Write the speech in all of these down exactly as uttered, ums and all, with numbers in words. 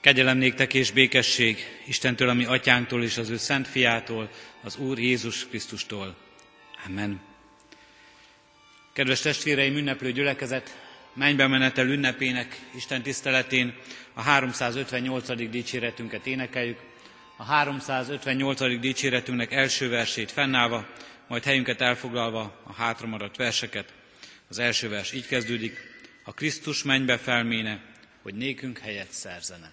Kegyelem néktek és békesség Istentől, a mi atyánktól és az ő szent fiától, az Úr Jézus Krisztustól. Amen. Kedves testvéreim, ünneplő gyülekezet, mennybe menetel ünnepének Isten tiszteletén a háromszázötvennyolcadik dicséretünket énekeljük. A háromszázötvennyolcadik dicséretünknek első versét fennállva, majd helyünket elfoglalva a hátramaradt verseket. Az első vers így kezdődik: a Krisztus mennybe felméne, hogy nékünk helyet szerzene.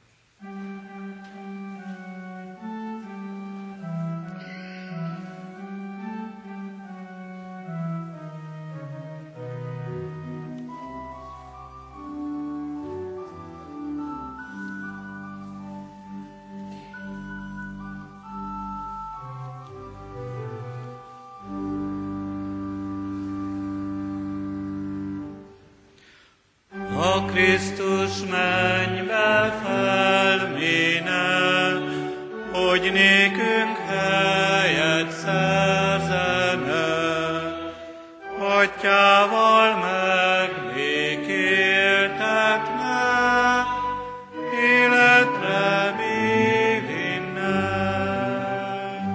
A Krisztus mennybe felméne, hogy nékünk helyet szerzene. Atyával megbékéltetne, életre még innen.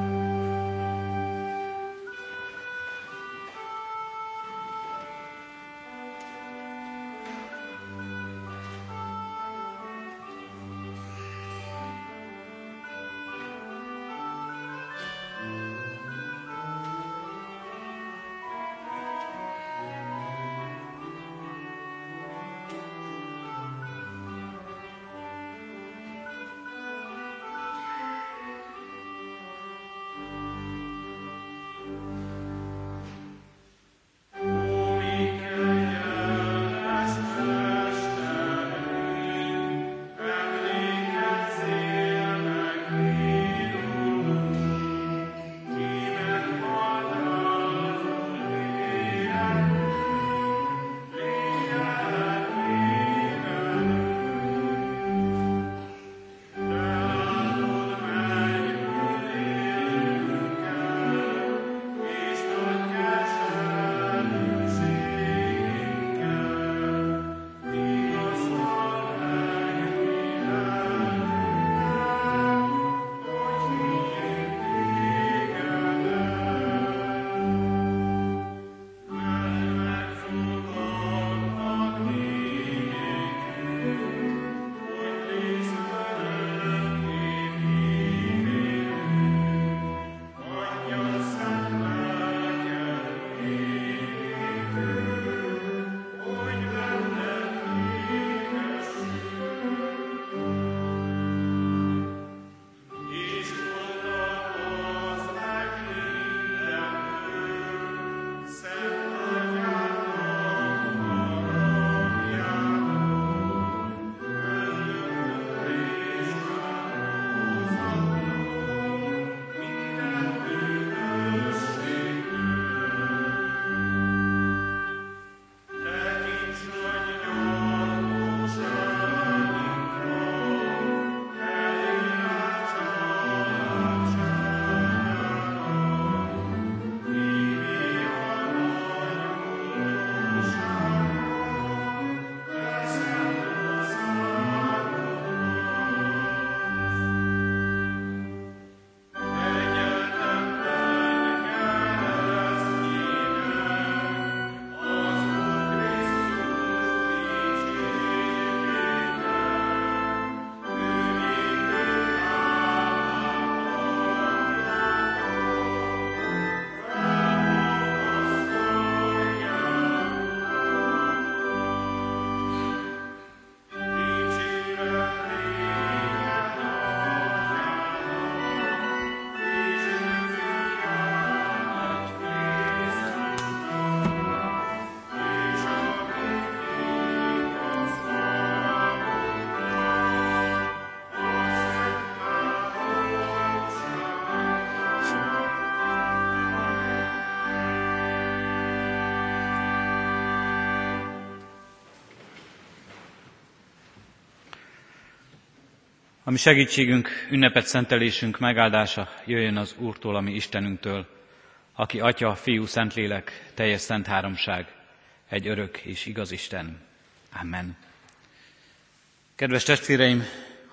A mi segítségünk, ünnepet szentelésünk megáldása jöjjön az Úrtól, a mi Istenünktől, aki Atya, Fiú, Szentlélek, teljes szent háromság, egy örök és igaz Isten. Amen. Kedves testvéreim,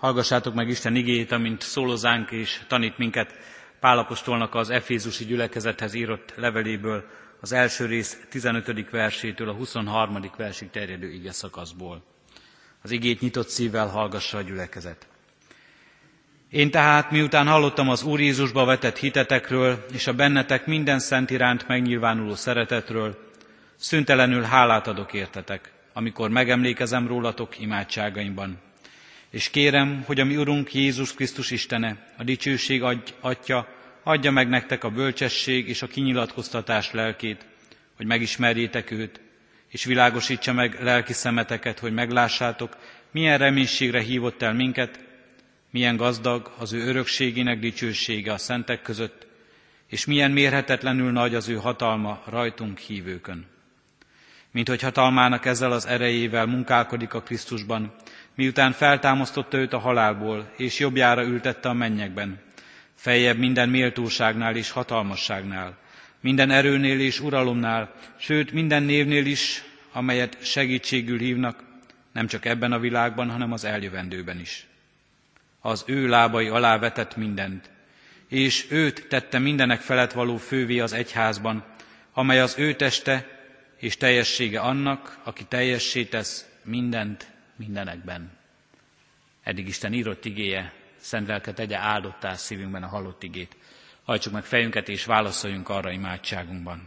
hallgassátok meg Isten igéjét, amint szólozánk és tanít minket Pál apostolnak az efézusi gyülekezethez írott leveléből, az első rész tizenötödik versétől a huszonharmadik versig terjedő ige szakaszból. Az igét nyitott szívvel hallgassa a gyülekezet. Én tehát, miután hallottam az Úr Jézusba vetett hitetekről, és a bennetek minden szent iránt megnyilvánuló szeretetről, szüntelenül hálát adok értetek, amikor megemlékezem rólatok imádságaimban. És kérem, hogy a mi Urunk Jézus Krisztus Istene, a dicsőség Atya, adja meg nektek a bölcsesség és a kinyilatkoztatás lelkét, hogy megismerjétek őt, és világosítsa meg lelki szemeteket, hogy meglássátok, milyen reménységre hívott el minket, milyen gazdag az ő örökségének dicsősége a szentek között, és milyen mérhetetlenül nagy az ő hatalma rajtunk hívőkön. Mint hogy hatalmának ezzel az erejével munkálkodik a Krisztusban, miután feltámasztotta őt a halálból, és jobbjára ültette a mennyekben, feljebb minden méltóságnál és hatalmasságnál, minden erőnél és uralomnál, sőt minden névnél is, amelyet segítségül hívnak, nem csak ebben a világban, hanem az eljövendőben is. Az ő lábai alá vetett mindent, és őt tette mindenek felett való fővé az egyházban, amely az ő teste és teljessége annak, aki teljessé tesz mindent mindenekben. Eddig Isten írott igéje, szent lelke tegye áldottá szívünkben a hallott igét. Hajtsuk meg fejünket és válaszoljunk arra imádságunkban.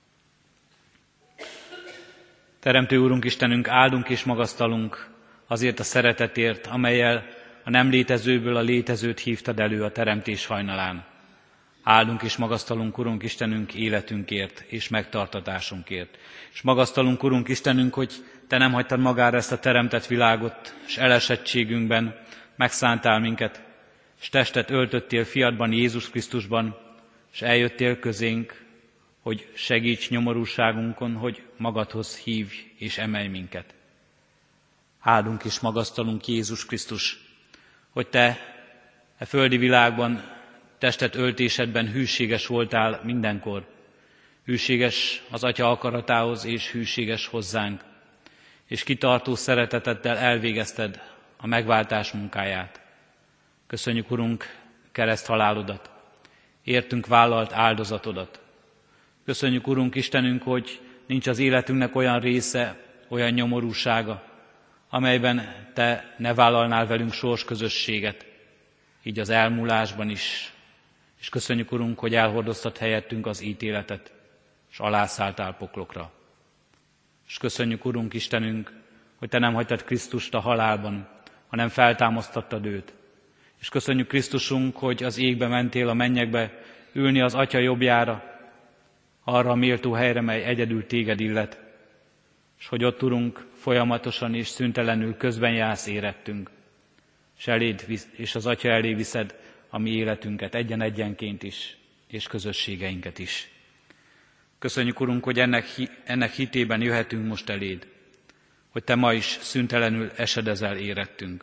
Teremtő Úrunk, Istenünk, áldunk és magasztalunk azért a szeretetért, amellyel a nem létezőből a létezőt hívtad elő a teremtés hajnalán. Áldunk és magasztalunk, Urunk Istenünk, életünkért és megtartatásunkért. És magasztalunk, Urunk Istenünk, hogy Te nem hagytad magára ezt a teremtett világot, és elesettségünkben megszántál minket, és testet öltöttél fiadban, Jézus Krisztusban, és eljöttél közénk, hogy segíts nyomorúságunkon, hogy magadhoz hívj és emelj minket. Áldunk és magasztalunk, Jézus Krisztus, hogy Te e földi világban testet öltésedben hűséges voltál mindenkor, hűséges az Atya akaratához és hűséges hozzánk, és kitartó szereteteddel elvégezted a megváltás munkáját. Köszönjük, Urunk, kereszthalálodat, értünk vállalt áldozatodat. Köszönjük, Urunk Istenünk, hogy nincs az életünknek olyan része, olyan nyomorúsága, amelyben Te ne vállalnál velünk sorsközösséget, így az elmúlásban is. És köszönjük, Urunk, hogy elhordoztat helyettünk az ítéletet, és alászálltál poklokra. És köszönjük, Urunk Istenünk, hogy Te nem hagytad Krisztust a halálban, hanem feltámasztattad őt. És köszönjük, Krisztusunk, hogy az égbe mentél, a mennyekbe ülni az Atya jobbjára, arra a méltó helyre, mely egyedül téged illet, és hogy ott, Urunk, folyamatosan és szüntelenül közben jársz érettünk, és, eléd, és az Atya elé viszed a mi életünket egyen-egyenként is, és közösségeinket is. Köszönjük, Urunk, hogy ennek, ennek hitében jöhetünk most eléd, hogy Te ma is szüntelenül esedezel érettünk.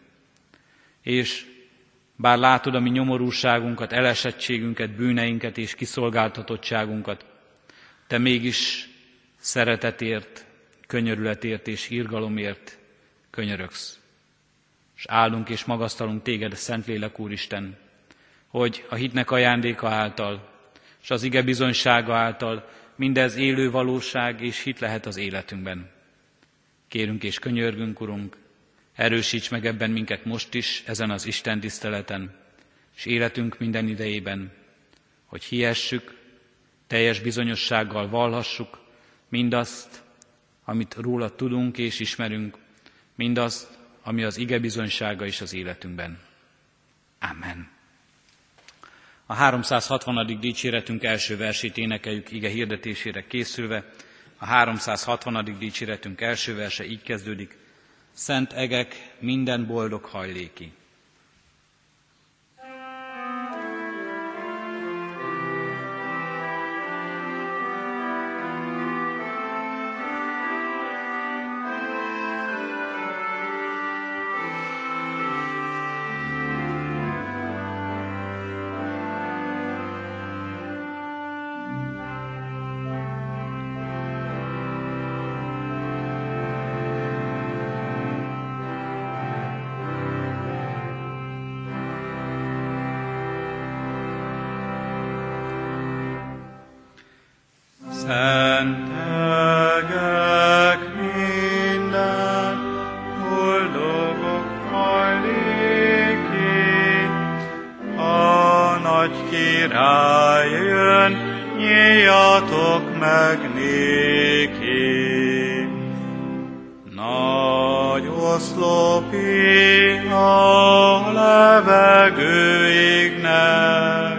És bár látod a mi nyomorúságunkat, elesettségünket, bűneinket és kiszolgáltatottságunkat, Te mégis szeretetért, könyörületért és irgalomért könyörögsz. És áldunk és magasztalunk Téged, Szentlélek Úristen, hogy a hitnek ajándéka által, és az ige bizonysága által mindez élő valóság és hit lehet az életünkben. Kérünk és könyörgünk, Urunk, erősíts meg ebben minket most is, ezen az Isten tiszteleten, és életünk minden idejében, hogy hihessük, teljes bizonyossággal vallhassuk mindazt, amit róla tudunk és ismerünk, mindazt, ami az ige bizonysága is az életünkben. Amen. A háromszázhatvanadik dicséretünk első versét énekeljük ige hirdetésére készülve. A háromszázhatvanadik dicséretünk első verse így kezdődik: Szent egek, minden boldog hajléki. Szentelgek minden boldogok hajlékét, a nagy király jön, nyíljatok meg néki. Nagy oszlopi a levegő égnek,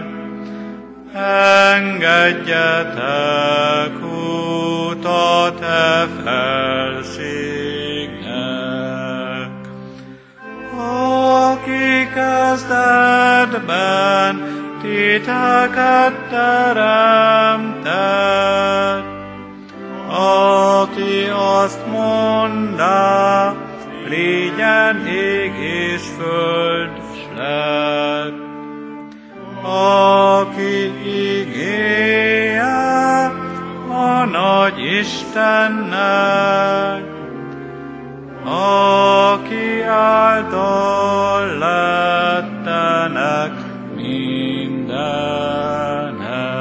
engedjetek utat e felségnek. Aki kezdetben titeket teremtett, aki azt mondta, legyen ég és föld, s lett. Aki igéje a nagy Istennek, aki által lettenek mindenek.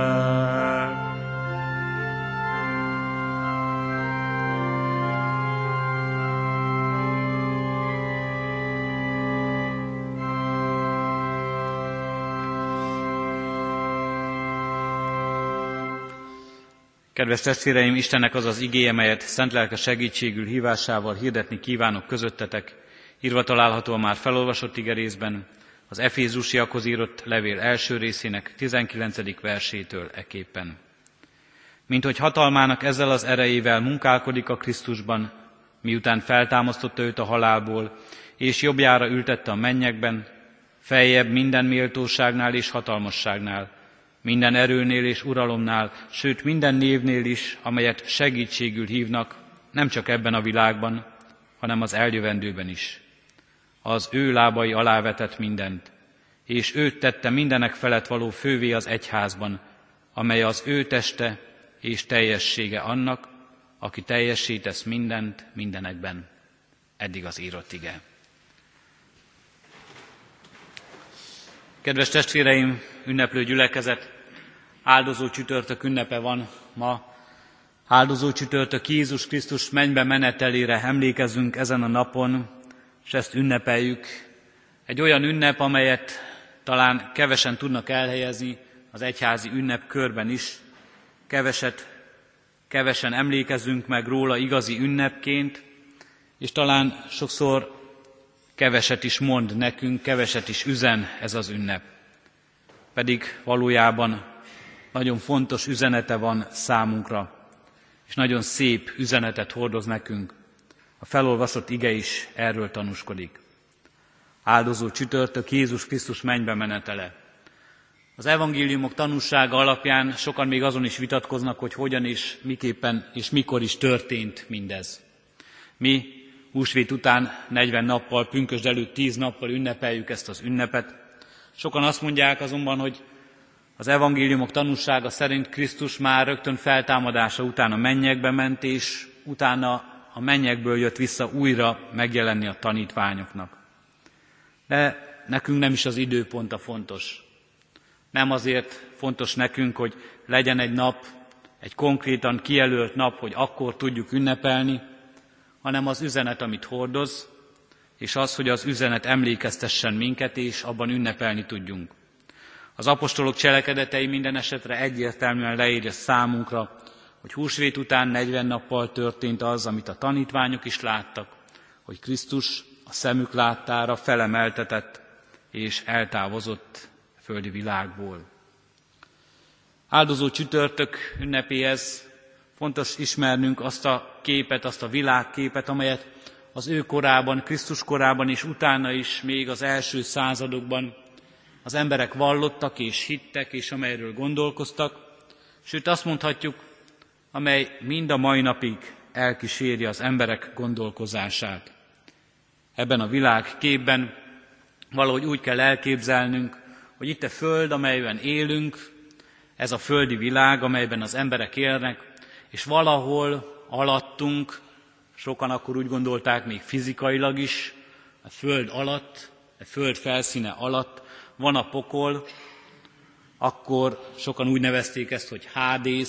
Kedves testvéreim, Istennek az az igéje, melyet szent lelke segítségül hívásával hirdetni kívánok közöttetek, írva található a már felolvasott igerészben, az Efézusiakhoz írott levél első részének tizenkilencedik versétől eképpen. Mint hogy hatalmának ezzel az erejével munkálkodik a Krisztusban, miután feltámasztotta őt a halálból, és jobbjára ültette a mennyekben, feljebb minden méltóságnál és hatalmasságnál, minden erőnél és uralomnál, sőt minden névnél is, amelyet segítségül hívnak, nem csak ebben a világban, hanem az eljövendőben is. Az ő lábai alá vetett mindent, és őt tette mindenek felett való fővé az egyházban, amely az ő teste és teljessége annak, aki teljessé tesz mindent mindenekben. Eddig az írott ige. Kedves testvéreim, ünneplő gyülekezet, áldozó csütörtök ünnepe van ma. Áldozó csütörtök Jézus Krisztus mennybe menetelére emlékezünk ezen a napon, és ezt ünnepeljük. Egy olyan ünnep, amelyet talán kevesen tudnak elhelyezni az egyházi ünnepkörben is. Keveset, kevesen emlékezünk meg róla igazi ünnepként, és talán sokszor keveset is mond nekünk, keveset is üzen ez az ünnep. Pedig valójában nagyon fontos üzenete van számunkra, és nagyon szép üzenetet hordoz nekünk. A felolvasott ige is erről tanúskodik. Áldozó csütörtök Jézus Krisztus mennybe menetele. Az evangéliumok tanúsága alapján sokan még azon is vitatkoznak, hogy hogyan és miképpen és mikor is történt mindez. Mi húsvét után negyven nappal, pünkösd előtt tíz nappal ünnepeljük ezt az ünnepet. Sokan azt mondják azonban, hogy az evangéliumok tanúsága szerint Krisztus már rögtön feltámadása után a mennyekbe ment, és utána a mennyekből jött vissza újra megjelenni a tanítványoknak. De nekünk nem is az időpont a fontos. Nem azért fontos nekünk, hogy legyen egy nap, egy konkrétan kijelölt nap, hogy akkor tudjuk ünnepelni, hanem az üzenet, amit hordoz, és az, hogy az üzenet emlékeztessen minket, és abban ünnepelni tudjunk. Az apostolok cselekedetei minden esetre egyértelműen leírja számunkra, hogy húsvét után negyven nappal történt az, amit a tanítványok is láttak, hogy Krisztus a szemük láttára felemeltetett és eltávozott a földi világból. Áldozó csütörtök ünnepéhez fontos ismernünk azt a képet, azt a világképet, amelyet az ő korában, Krisztus korában és utána is még az első századokban az emberek vallottak és hittek, és amelyről gondolkoztak, sőt azt mondhatjuk, amely mind a mai napig elkíséri az emberek gondolkozását. Ebben a világképben valahogy úgy kell elképzelnünk, hogy itt a föld, amelyben élünk, ez a földi világ, amelyben az emberek élnek, és valahol alattunk, sokan akkor úgy gondolták még fizikailag is, a föld alatt, a föld felszíne alatt van a pokol, akkor sokan úgy nevezték ezt, hogy Hádész,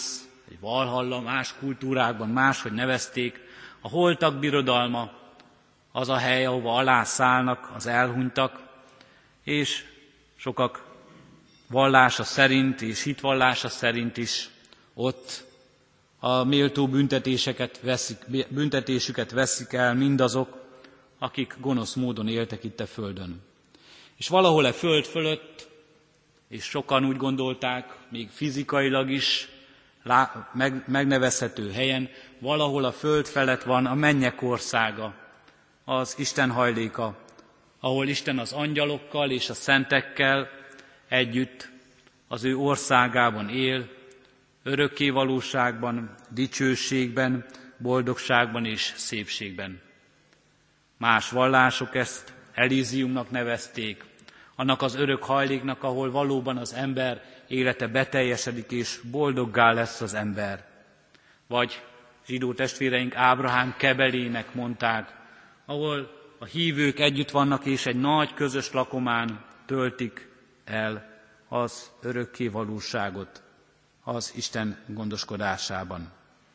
vagy Valhalla, más kultúrákban máshogy nevezték, a holtak birodalma, az a hely, ahova alászállnak az elhunytak, és sokak vallása szerint és hitvallása szerint is ott a méltó büntetéseket veszik, büntetésüket veszik el mindazok, akik gonosz módon éltek itt a földön. És valahol a föld fölött, és sokan úgy gondolták, még fizikailag is meg, megnevezhető helyen, valahol a föld felett van a mennyek országa, az Isten hajléka, ahol Isten az angyalokkal és a szentekkel együtt az ő országában él, örökké valóságban, dicsőségben, boldogságban és szépségben. Más vallások ezt Elíziumnak nevezték, annak az örök hajléknak, ahol valóban az ember élete beteljesedik és boldoggá lesz az ember. Vagy zsidó testvéreink Ábrahám kebelének mondták, ahol a hívők együtt vannak és egy nagy közös lakomán töltik el az örökké valóságot az Isten gondoskodásában.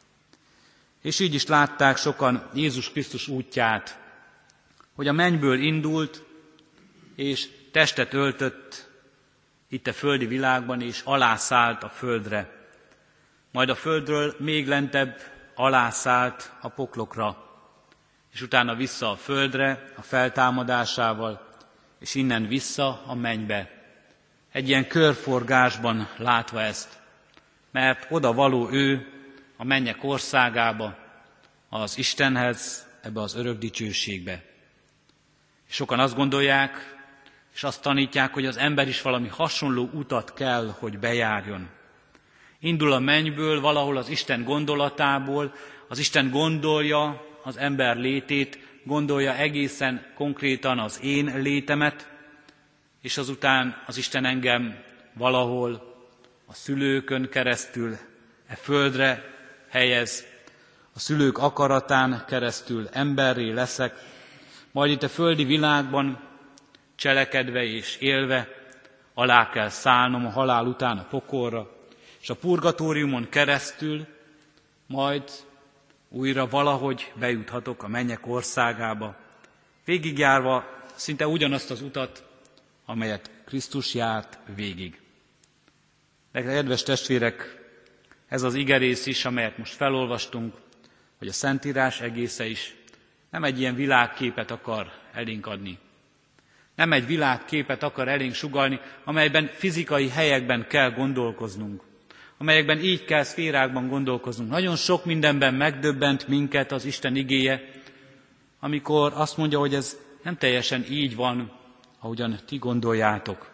És így is látták sokan Jézus Krisztus útját, hogy a mennyből indult, és testet öltött itt a földi világban, és alászállt a földre. Majd a földről még lentebb alászállt a poklokra, és utána vissza a földre a feltámadásával, és innen vissza a mennybe. Egy ilyen körforgásban látva ezt, mert oda való ő a mennyek országába, az Istenhez, ebbe az örök dicsőségbe. És sokan azt gondolják, és azt tanítják, hogy az ember is valami hasonló utat kell, hogy bejárjon. Indul a mennyből, valahol az Isten gondolatából, az Isten gondolja az ember létét, gondolja egészen konkrétan az én létemet, és azután az Isten engem valahol a szülőkön keresztül e földre helyez, a szülők akaratán keresztül emberré leszek, majd itt a földi világban cselekedve és élve alá kell szállnom a halál után a pokolra, és a purgatóriumon keresztül majd újra valahogy bejuthatok a mennyek országába, végigjárva szinte ugyanazt az utat, amelyet Krisztus járt végig. De kedves testvérek, ez az igerész is, amelyet most felolvastunk, hogy a Szentírás egésze is nem egy ilyen világképet akar elénk adni. Nem egy világképet akar elénk sugallni, amelyben fizikai helyekben kell gondolkoznunk, amelyekben így kell szférákban gondolkoznunk. Nagyon sok mindenben megdöbbent minket az Isten igéje, amikor azt mondja, hogy ez nem teljesen így van, ahogyan ti gondoljátok.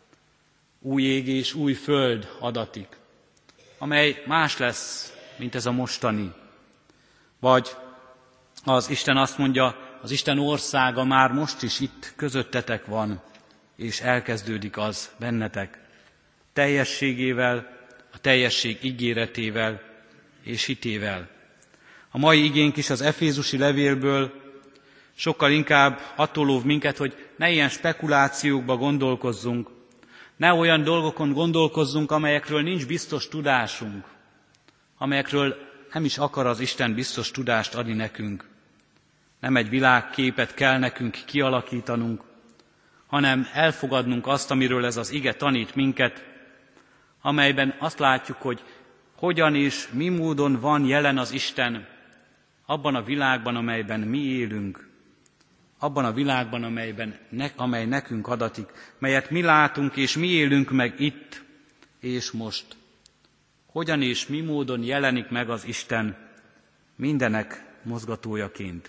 Új ég és új föld adatik, amely más lesz, mint ez a mostani. Vagy az Isten azt mondja, az Isten országa már most is itt közöttetek van, és elkezdődik az bennetek. Teljességével, a teljesség ígéretével és hitével. A mai igénk is az Efézusi levélből sokkal inkább attól óv minket, hogy ne ilyen spekulációkba gondolkozzunk, ne olyan dolgokon gondolkozzunk, amelyekről nincs biztos tudásunk, amelyekről nem is akar az Isten biztos tudást adni nekünk. Nem egy világképet kell nekünk kialakítanunk, hanem elfogadnunk azt, amiről ez az ige tanít minket, amelyben azt látjuk, hogy hogyan és mi módon van jelen az Isten abban a világban, amelyben mi élünk, abban a világban, amelyben ne, amely nekünk adatik, melyet mi látunk és mi élünk meg itt és most. Hogyan és mi módon jelenik meg az Isten mindenek mozgatójaként.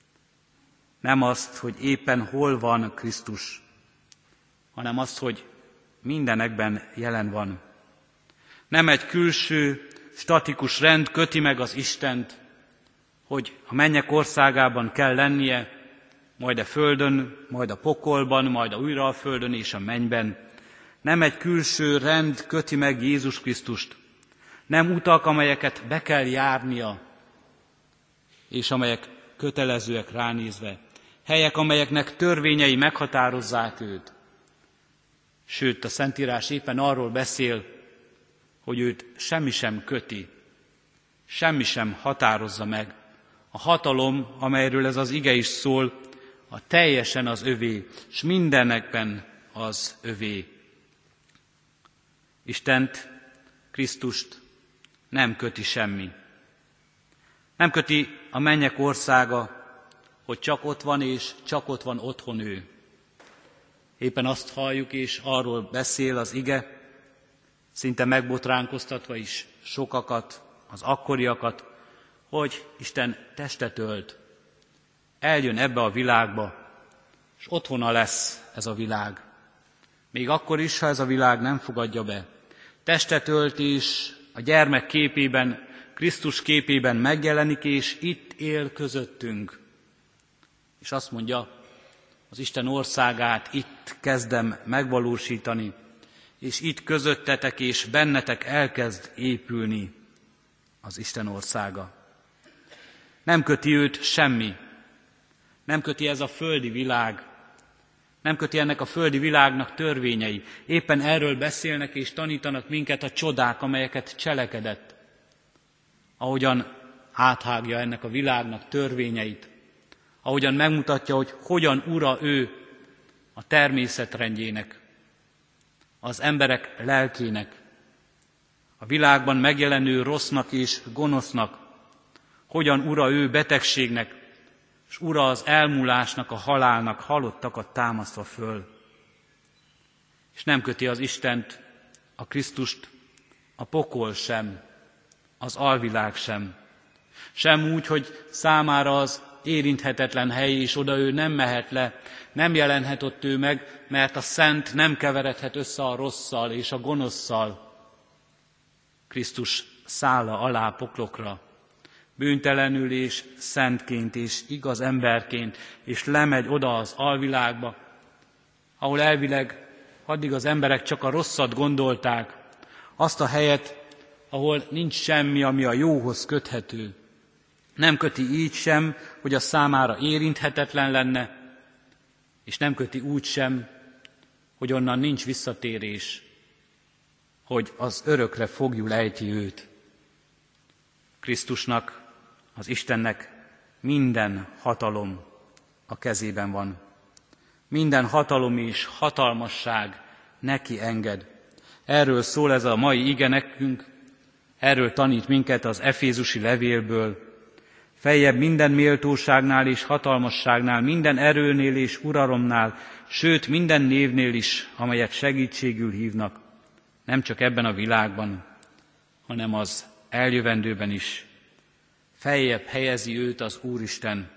Nem azt, hogy éppen hol van Krisztus, hanem azt, hogy mindenekben jelen van. Nem egy külső, statikus rend köti meg az Istent, hogy a mennyek országában kell lennie, majd a földön, majd a pokolban, majd a újra a földön és a mennyben. Nem egy külső rend köti meg Jézus Krisztust, nem utak, amelyeket be kell járnia, és amelyek kötelezőek ránézve, helyek, amelyeknek törvényei meghatározzák őt. Sőt, a Szentírás éppen arról beszél, hogy őt semmi sem köti semmi sem határozza meg. A hatalom, amelyről ez az ige is szól, a teljesen az övé, és mindenekben az övé. Istent, Krisztust nem köti semmi. Nem köti a mennyek országa, hogy csak ott van és csak ott van otthon ő. Éppen azt halljuk, és arról beszél az ige, szinte megbotránkoztatva is sokakat, az akkoriakat, hogy Isten testet ölt, eljön ebbe a világba, és otthona lesz ez a világ. Még akkor is, ha ez a világ nem fogadja be. Testet ölt, és a gyermek képében, Krisztus képében megjelenik, és itt él közöttünk. És azt mondja, az Isten országát itt kezdem megvalósítani, és itt közöttetek és bennetek elkezd épülni az Isten országa. Nem köti őt semmi, nem köti ez a földi világ, nem köti ennek a földi világnak törvényei. Éppen erről beszélnek és tanítanak minket a csodák, amelyeket cselekedett. Ahogyan áthágja ennek a világnak törvényeit, ahogyan megmutatja, hogy hogyan ura ő a természetrendjének, az emberek lelkének, a világban megjelenő rossznak és gonosznak, hogyan ura ő betegségnek, és ura az elmúlásnak, a halálnak, halottakat támasztva föl. És nem köti az Istent, a Krisztust, a pokol sem, az alvilág sem. Sem úgy, hogy számára az érinthetetlen hely, és oda ő nem mehet le, nem jelenhet ott ő meg, mert a szent nem keveredhet össze a rosszal és a gonoszszal. Krisztus szálla alá poklokra, bűntelenül és szentként és igaz emberként, és lemegy oda az alvilágba, ahol elvileg addig az emberek csak a rosszat gondolták, azt a helyet, ahol nincs semmi, ami a jóhoz köthető. Nem köti így sem, hogy a számára érinthetetlen lenne, és nem köti úgy sem, hogy onnan nincs visszatérés, hogy az örökre foglyul ejti őt. Krisztusnak, az Istennek minden hatalom a kezében van. Minden hatalom és hatalmasság neki enged. Erről szól ez a mai ige nekünk, erről tanít minket az efézusi levélből. Feljebb minden méltóságnál és hatalmasságnál, minden erőnél és uralomnál, sőt minden névnél is, amelyet segítségül hívnak, nem csak ebben a világban, hanem az eljövendőben is. Feljebb helyezi őt az Úristen,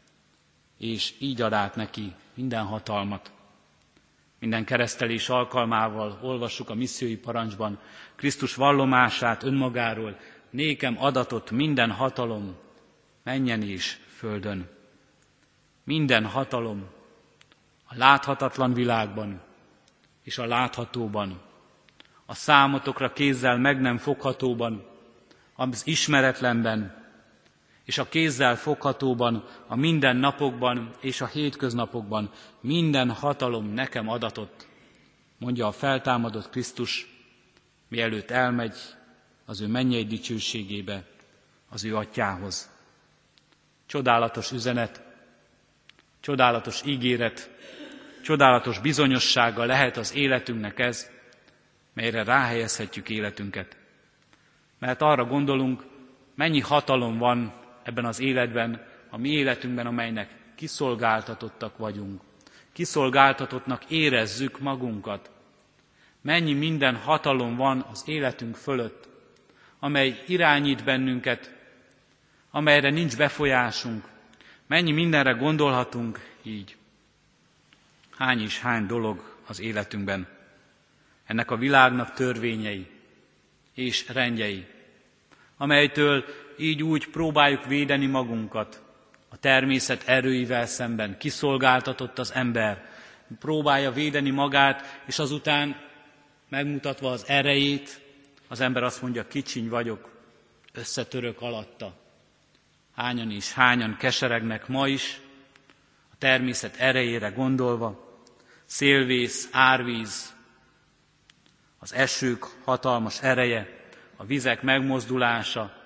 és így ad át neki minden hatalmat. Minden keresztelés alkalmával olvassuk a missziói parancsban Krisztus vallomását önmagáról, nékem adatott minden hatalom, mennyen és földön. Minden hatalom a láthatatlan világban és a láthatóban, a számotokra kézzel meg nem foghatóban, az ismeretlenben, és a kézzel foghatóban, a mindennapokban és a hétköznapokban minden hatalom nekem adatott, mondja a feltámadott Krisztus, mielőtt elmegy az ő mennyei dicsőségébe, az ő atyához. Csodálatos üzenet, csodálatos ígéret, csodálatos bizonyossága lehet az életünknek ez, melyre ráhelyezhetjük életünket. Mert arra gondolunk, mennyi hatalom van ebben az életben, a mi életünkben, amelynek kiszolgáltatottak vagyunk. Kiszolgáltatottnak érezzük magunkat. Mennyi minden hatalom van az életünk fölött, amely irányít bennünket, amelyre nincs befolyásunk. Mennyi mindenre gondolhatunk így. Hány és hány dolog az életünkben. Ennek a világnak törvényei és rendjei, amelytől így úgy próbáljuk védeni magunkat a természet erőivel szemben. Kiszolgáltatott az ember, próbálja védeni magát, és azután megmutatva az erejét, az ember azt mondja, kicsiny vagyok, összetörök alatta. Hányan és hányan keseregnek ma is, a természet erejére gondolva, szélvész, árvíz, az esők hatalmas ereje, a vizek megmozdulása,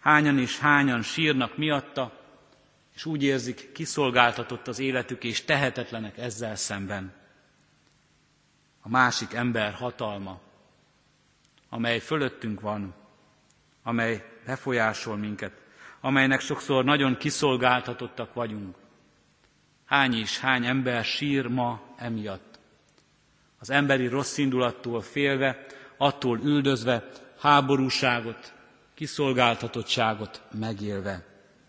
hányan és hányan sírnak miatta, és úgy érzik, kiszolgáltatott az életük, és tehetetlenek ezzel szemben. A másik ember hatalma, amely fölöttünk van, amely befolyásol minket, amelynek sokszor nagyon kiszolgáltatottak vagyunk. Hány és hány ember sír ma emiatt. Az emberi rosszindulattól félve, attól üldözve, háborúságot, kiszolgáltatottságot megélve.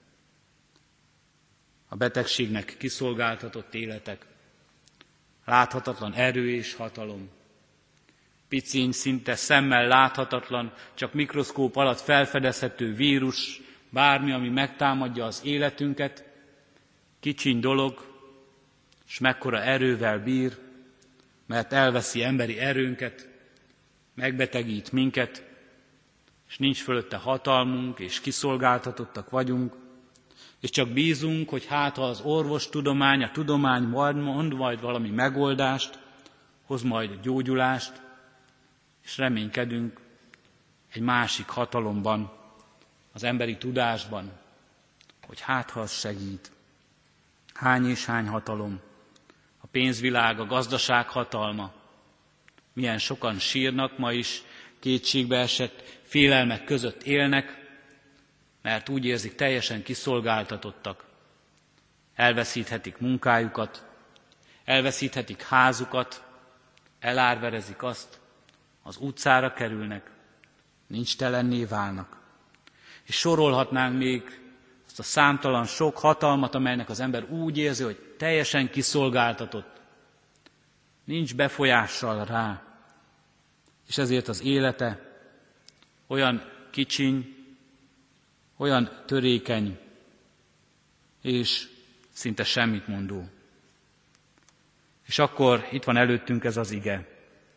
A betegségnek kiszolgáltatott életek, láthatatlan erő és hatalom, piciny, szinte szemmel láthatatlan, csak mikroszkóp alatt felfedezhető vírus, bármi, ami megtámadja az életünket, kicsiny dolog, s mekkora erővel bír, mert elveszi emberi erőnket, megbetegít minket, és nincs fölötte hatalmunk, és kiszolgáltatottak vagyunk, és csak bízunk, hogy hát ha az orvostudomány, a tudomány mond majd valami megoldást, hoz majd gyógyulást, és reménykedünk egy másik hatalomban, az emberi tudásban, hogy hát ha az segít. Hány és hány hatalom, a pénzvilág, a gazdaság hatalma. Milyen sokan sírnak ma is, kétségbe esett félelmek között élnek, mert úgy érzik, teljesen kiszolgáltatottak. Elveszíthetik munkájukat, elveszíthetik házukat, elárverezik azt, az utcára kerülnek, nincs telenné válnak. És sorolhatnánk még azt a számtalan sok hatalmat, amelynek az ember úgy érzi, hogy teljesen kiszolgáltatott, nincs befolyással rá, és ezért az élete olyan kicsiny, olyan törékeny, és szinte semmit mondó. És akkor itt van előttünk ez az ige,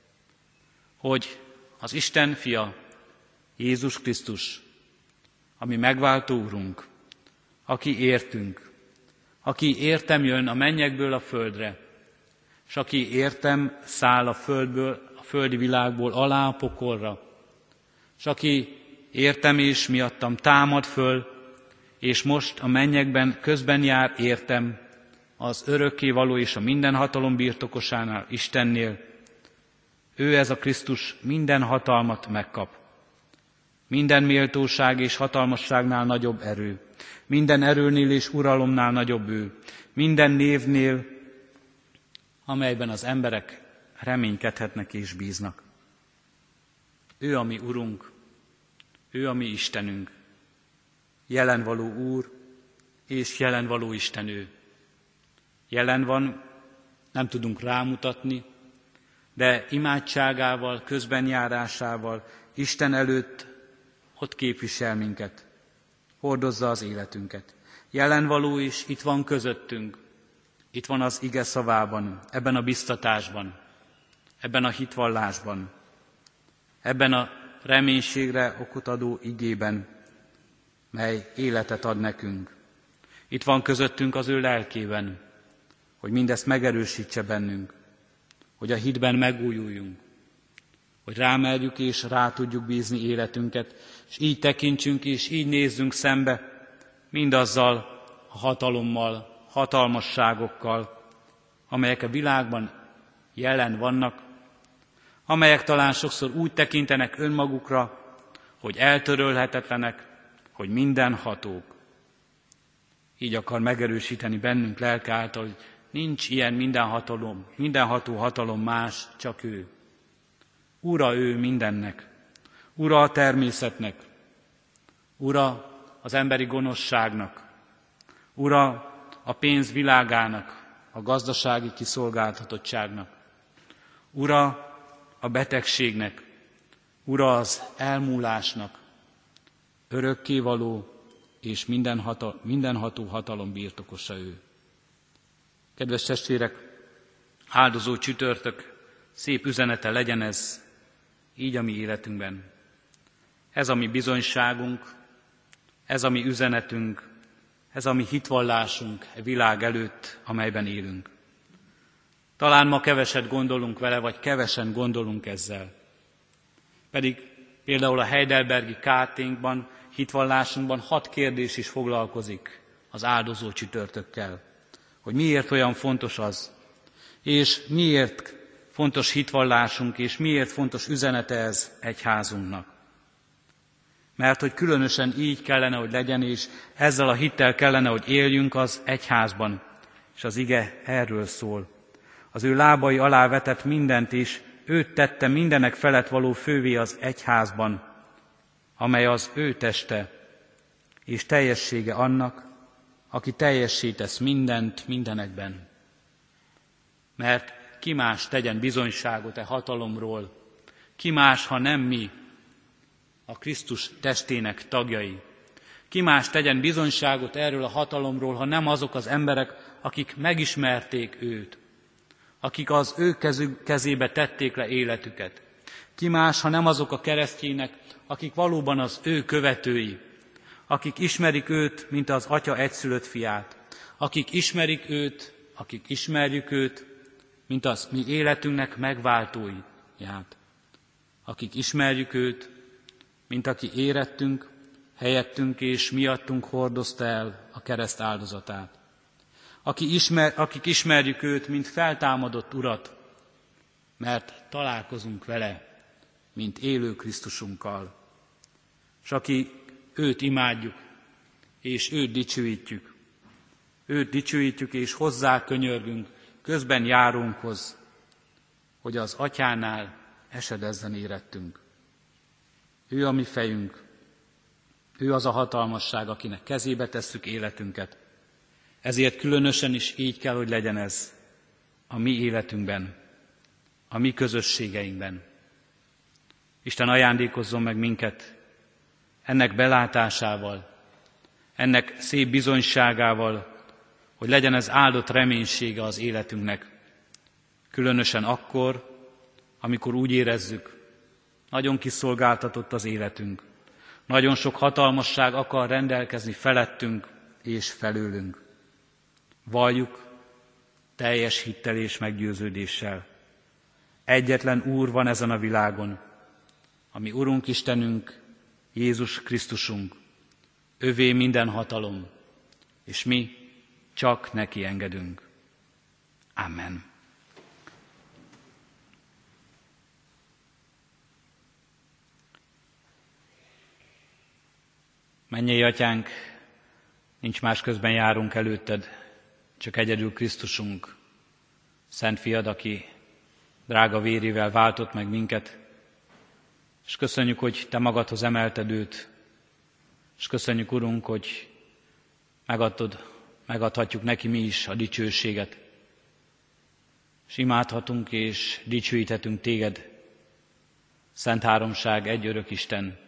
hogy az Isten fia, Jézus Krisztus, ami megváltó Urunk, aki értünk, aki értem jön a mennyekből a földre, és aki értem száll a földből, a földi világból alá a pokolra, és aki értem és miattam támad föl, és most a mennyekben közben jár értem az örökkévaló és a minden hatalom birtokosánál, Istennél. Ő, ez a Krisztus, minden hatalmat megkap. Minden méltóság és hatalmasságnál nagyobb erő. Minden erőnél és uralomnál nagyobb ő. Minden névnél, amelyben az emberek reménykedhetnek és bíznak. Ő a mi Urunk, ő a mi Istenünk. Jelenvaló Úr és jelenvaló Isten ő. Jelen van, nem tudunk rámutatni, de imádságával, közbenjárásával, Isten előtt ott képvisel minket, hordozza az életünket. Jelenvaló is itt van közöttünk, itt van az ige szavában, ebben a biztatásban, ebben a hitvallásban, ebben a reménységre okot adó igében, mely életet ad nekünk. Itt van közöttünk az ő lelkében, hogy mindezt megerősítse bennünk, hogy a hitben megújuljunk, hogy rámerjük és rá tudjuk bízni életünket, és így tekintsünk és így nézzünk szembe mindazzal a hatalommal, hatalmasságokkal, amelyek a világban jelen vannak, amelyek talán sokszor úgy tekintenek önmagukra, hogy eltörölhetetlenek, hogy mindenhatók. Így akar megerősíteni bennünk lelke által, hogy nincs ilyen mindenhatalom, mindenható hatalom más, csak ő. Ura ő mindennek, ura a természetnek, ura az emberi gonoszságnak, ura a pénz világának, a gazdasági kiszolgáltatottságnak, ura a betegségnek, ura az elmúlásnak, örökkévaló és mindenható, mindenható hatalom birtokosa ő. Kedves testvérek, áldozó csütörtök, szép üzenete legyen ez így a mi életünkben. Ez a mi bizonyságunk, ez a mi üzenetünk, ez a mi hitvallásunk e világ előtt, amelyben élünk. Talán ma keveset gondolunk vele, vagy kevesen gondolunk ezzel. Pedig például a heidelbergi ká ténkban hitvallásunkban hat kérdés is foglalkozik az áldozó csütörtökkel, hogy miért olyan fontos az, és miért fontos hitvallásunk, és miért fontos üzenete ez egyházunknak. Mert hogy különösen így kellene, hogy legyen, és ezzel a hittel kellene, hogy éljünk az egyházban, és az ige erről szól. Az ő lábai alá vetett mindent is, őt tette mindenek felett való fővé az egyházban, amely az ő teste, és teljessége annak, aki teljessé tesz mindent mindenekben. Mert ki más tegyen bizonyságot e hatalomról, ki más, ha nem mi, a Krisztus testének tagjai. Ki más tegyen bizonyságot erről a hatalomról, ha nem azok az emberek, akik megismerték őt, akik az ő kezük, kezébe tették le életüket. Ki más, ha nem azok a keresztjének, akik valóban az ő követői, akik ismerik őt, mint az Atya egyszülött fiát, akik ismerik őt, akik ismerjük őt, mint az mi életünknek megváltóját, akik ismerjük őt, mint aki érettünk, helyettünk és miattunk hordozta el a kereszt áldozatát. Aki ismer, akik ismerjük őt, mint feltámadott Urat, mert találkozunk vele, mint élő Krisztusunkkal. És aki őt imádjuk, és őt dicsőítjük, őt dicsőítjük és hozzá könyörgünk, közben járunkhoz, hogy az Atyánál esedezzen érettünk. Ő a mi fejünk, ő az a hatalmasság, akinek kezébe tesszük életünket. Ezért különösen is így kell, hogy legyen ez a mi életünkben, a mi közösségeinkben. Isten ajándékozzon meg minket ennek belátásával, ennek szép bizonyságával, hogy legyen ez áldott reménysége az életünknek. Különösen akkor, amikor úgy érezzük, nagyon kiszolgáltatott az életünk, nagyon sok hatalmasság akar rendelkezni felettünk és felőlünk. Valljuk teljes hittel és meggyőződéssel. Egyetlen Úr van ezen a világon, ami Urunk Istenünk, Jézus Krisztusunk. Övé minden hatalom, és mi csak neki engedünk. Amen. Mennyei Atyánk, nincs másközben járunk előtted, csak egyedül Krisztusunk, Szent Fiad, aki drága vérével váltott meg minket, és köszönjük, hogy Te magadhoz emelted őt, és köszönjük, Urunk, hogy megadtad, megadhatjuk neki mi is a dicsőséget, és imádhatunk és dicsőíthetünk Téged, Szent Háromság, egy örök Isten,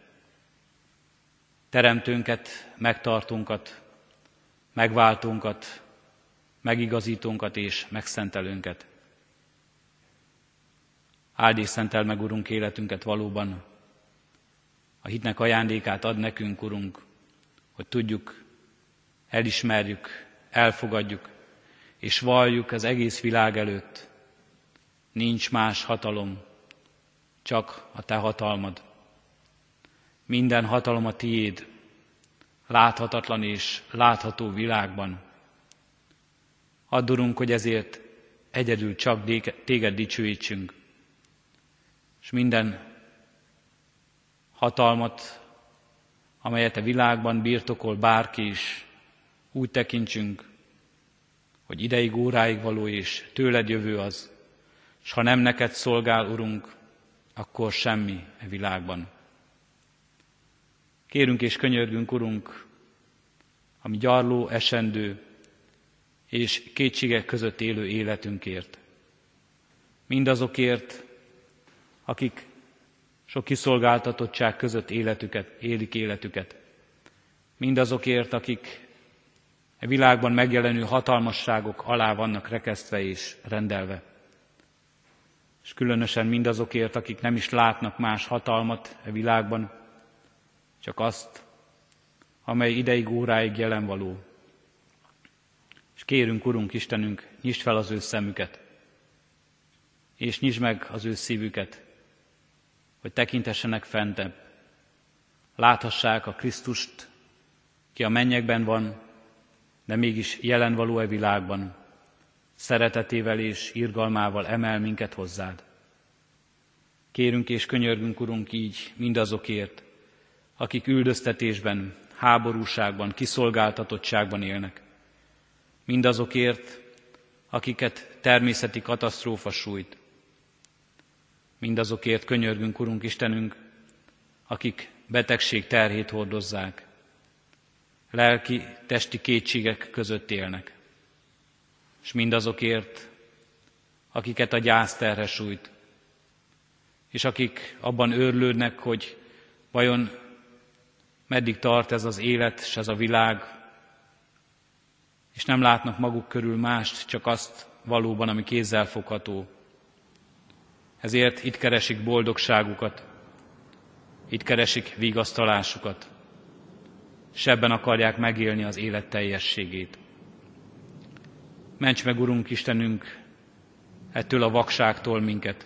Teremtőnket, megtartónkat, megváltónkat, megigazítónkat és megszentelőnket. Áld és szenteld meg, Urunk, életünket valóban. A hitnek ajándékát ad nekünk, Urunk, hogy tudjuk, elismerjük, elfogadjuk, és valljuk az egész világ előtt. Nincs más hatalom, csak a Te hatalmad. Minden hatalom a Tiéd, láthatatlan és látható világban. Add, Urunk, hogy ezért egyedül csak Téged dicsőítsünk, és minden hatalmat, amelyet a világban birtokol bárki is, úgy tekintsünk, hogy ideig, óráig való és tőled jövő az, és ha nem neked szolgál, Urunk, akkor semmi a világban. Kérünk és könyörgünk, Urunk, ami gyarló, esendő és kétségek között élő életünkért. Mindazokért, akik sok kiszolgáltatottság között életüket, élik életüket. Mindazokért, akik a világban megjelenő hatalmasságok alá vannak rekesztve és rendelve. És különösen mindazokért, akik nem is látnak más hatalmat a világban, csak azt, amely ideig, óráig jelen való. És kérünk, Urunk Istenünk, nyisd fel az ő szemüket, és nyisd meg az ő szívüket, hogy tekintessenek fentebb, láthassák a Krisztust, ki a mennyekben van, de mégis jelen való e világban, szeretetével és irgalmával emel minket hozzád. Kérünk és könyörgünk, Urunk, így mindazokért, akik üldöztetésben, háborúságban, kiszolgáltatottságban élnek. Mindazokért, akiket természeti katasztrófa sújt. Mindazokért könyörgünk, Urunk Istenünk, akik betegség terhét hordozzák, lelki, testi kétségek között élnek. És mindazokért, akiket a gyász terhe sújt, és akik abban őrlődnek, hogy vajon meddig tart ez az élet, és ez a világ, és nem látnak maguk körül mást, csak azt valóban, ami kézzelfogható. Ezért itt keresik boldogságukat, itt keresik vigasztalásukat, és ebben akarják megélni az élet teljességét. Ments meg, Urunk Istenünk, ettől a vakságtól minket,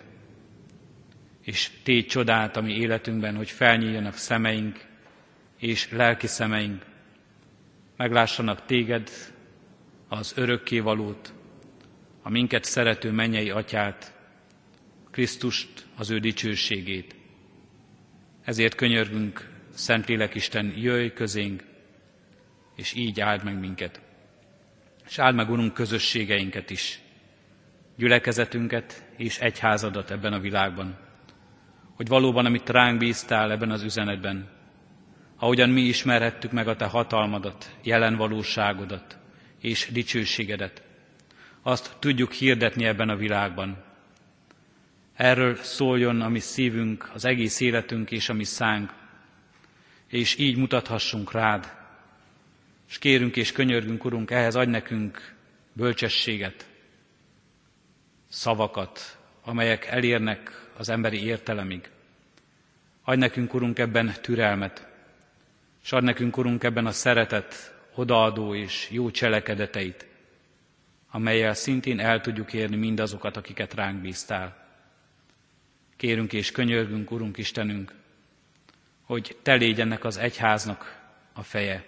és tégy csodát a mi életünkben, hogy felnyíljanak szemeink és lelki szemeink, meglássanak téged, az örökkévalót, a minket szerető mennyei atyát, Krisztust, az ő dicsőségét. Ezért könyörgünk, Szentlélek Isten, jöjj közénk, és így áld meg minket. És áld meg, Urunk, közösségeinket is, gyülekezetünket és egyházadat ebben a világban, hogy valóban, amit ránk bíztál ebben az üzenetben, ahogyan mi ismerhettük meg a te hatalmadat, jelen valóságodat és dicsőségedet, azt tudjuk hirdetni ebben a világban. Erről szóljon a mi szívünk, az egész életünk és a mi szánk, és így mutathassunk rád. És kérünk és könyörgünk, Urunk, ehhez adj nekünk bölcsességet, szavakat, amelyek elérnek az emberi értelemig. Adj nekünk, Urunk, ebben türelmet, és adj nekünk, Urunk, ebben a szeretet odaadó és jó cselekedeteit, amellyel szintén el tudjuk érni mindazokat, akiket ránk bíztál. Kérünk és könyörgünk, Urunk Istenünk, hogy te légy ennek az egyháznak a feje,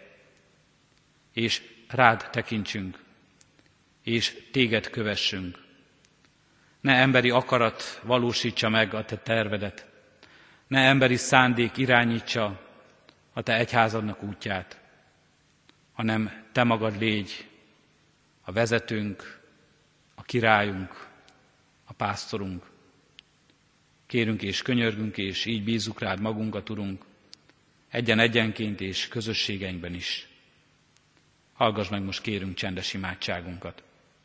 és rád tekintsünk, és téged kövessünk. Ne emberi akarat valósítsa meg a te tervedet, ne emberi szándék irányítsa a te egyházadnak útját, hanem te magad légy a vezetőnk, a királyunk, a pásztorunk. Kérünk és könyörgünk, és így bízzuk rád magunkat, Urunk, egyen-egyenként és közösségeinkben is. Hallgass meg most, kérünk, csendes imádságunkat.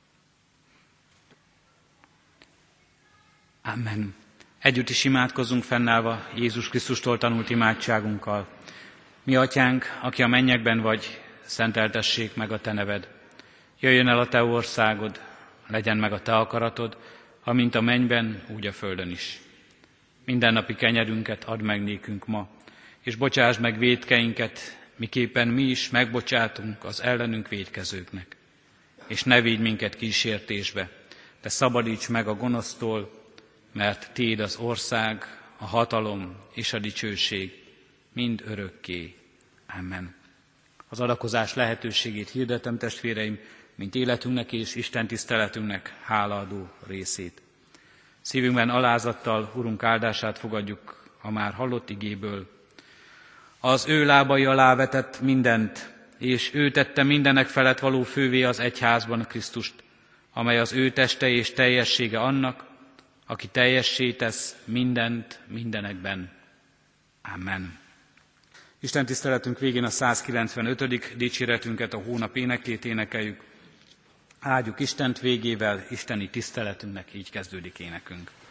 Amen. Együtt is imádkozzunk fennállva Jézus Krisztustól tanult imádságunkkal. Mi atyánk, aki a mennyekben vagy, szenteltessék meg a te neved. Jöjjön el a te országod, legyen meg a te akaratod, amint a mennyben, úgy a földön is. Mindennapi kenyerünket add meg nékünk ma, és bocsásd meg vétkeinket, miképpen mi is megbocsátunk az ellenünk vétkezőknek. És ne védj minket kísértésbe, de szabadíts meg a gonosztól, mert tiéd az ország, a hatalom és a dicsőség mind örökké. Amen. Az adakozás lehetőségét hirdetem, testvéreim, mint életünknek és Isten tiszteletünknek hálaadó részét. Szívünkben alázattal Urunk áldását fogadjuk a már hallott igéből. Az ő lábai alá vetett mindent, és ő tette mindenek felett való fővé az egyházban Krisztust, amely az ő teste és teljessége annak, aki teljessé tesz mindent mindenekben. Amen. Isten tiszteletünk végén a százkilencvenötödik dicséretünket, a hónap énekét énekeljük. Áldjuk Istent végével, isteni tiszteletünknek így kezdődik énekünk.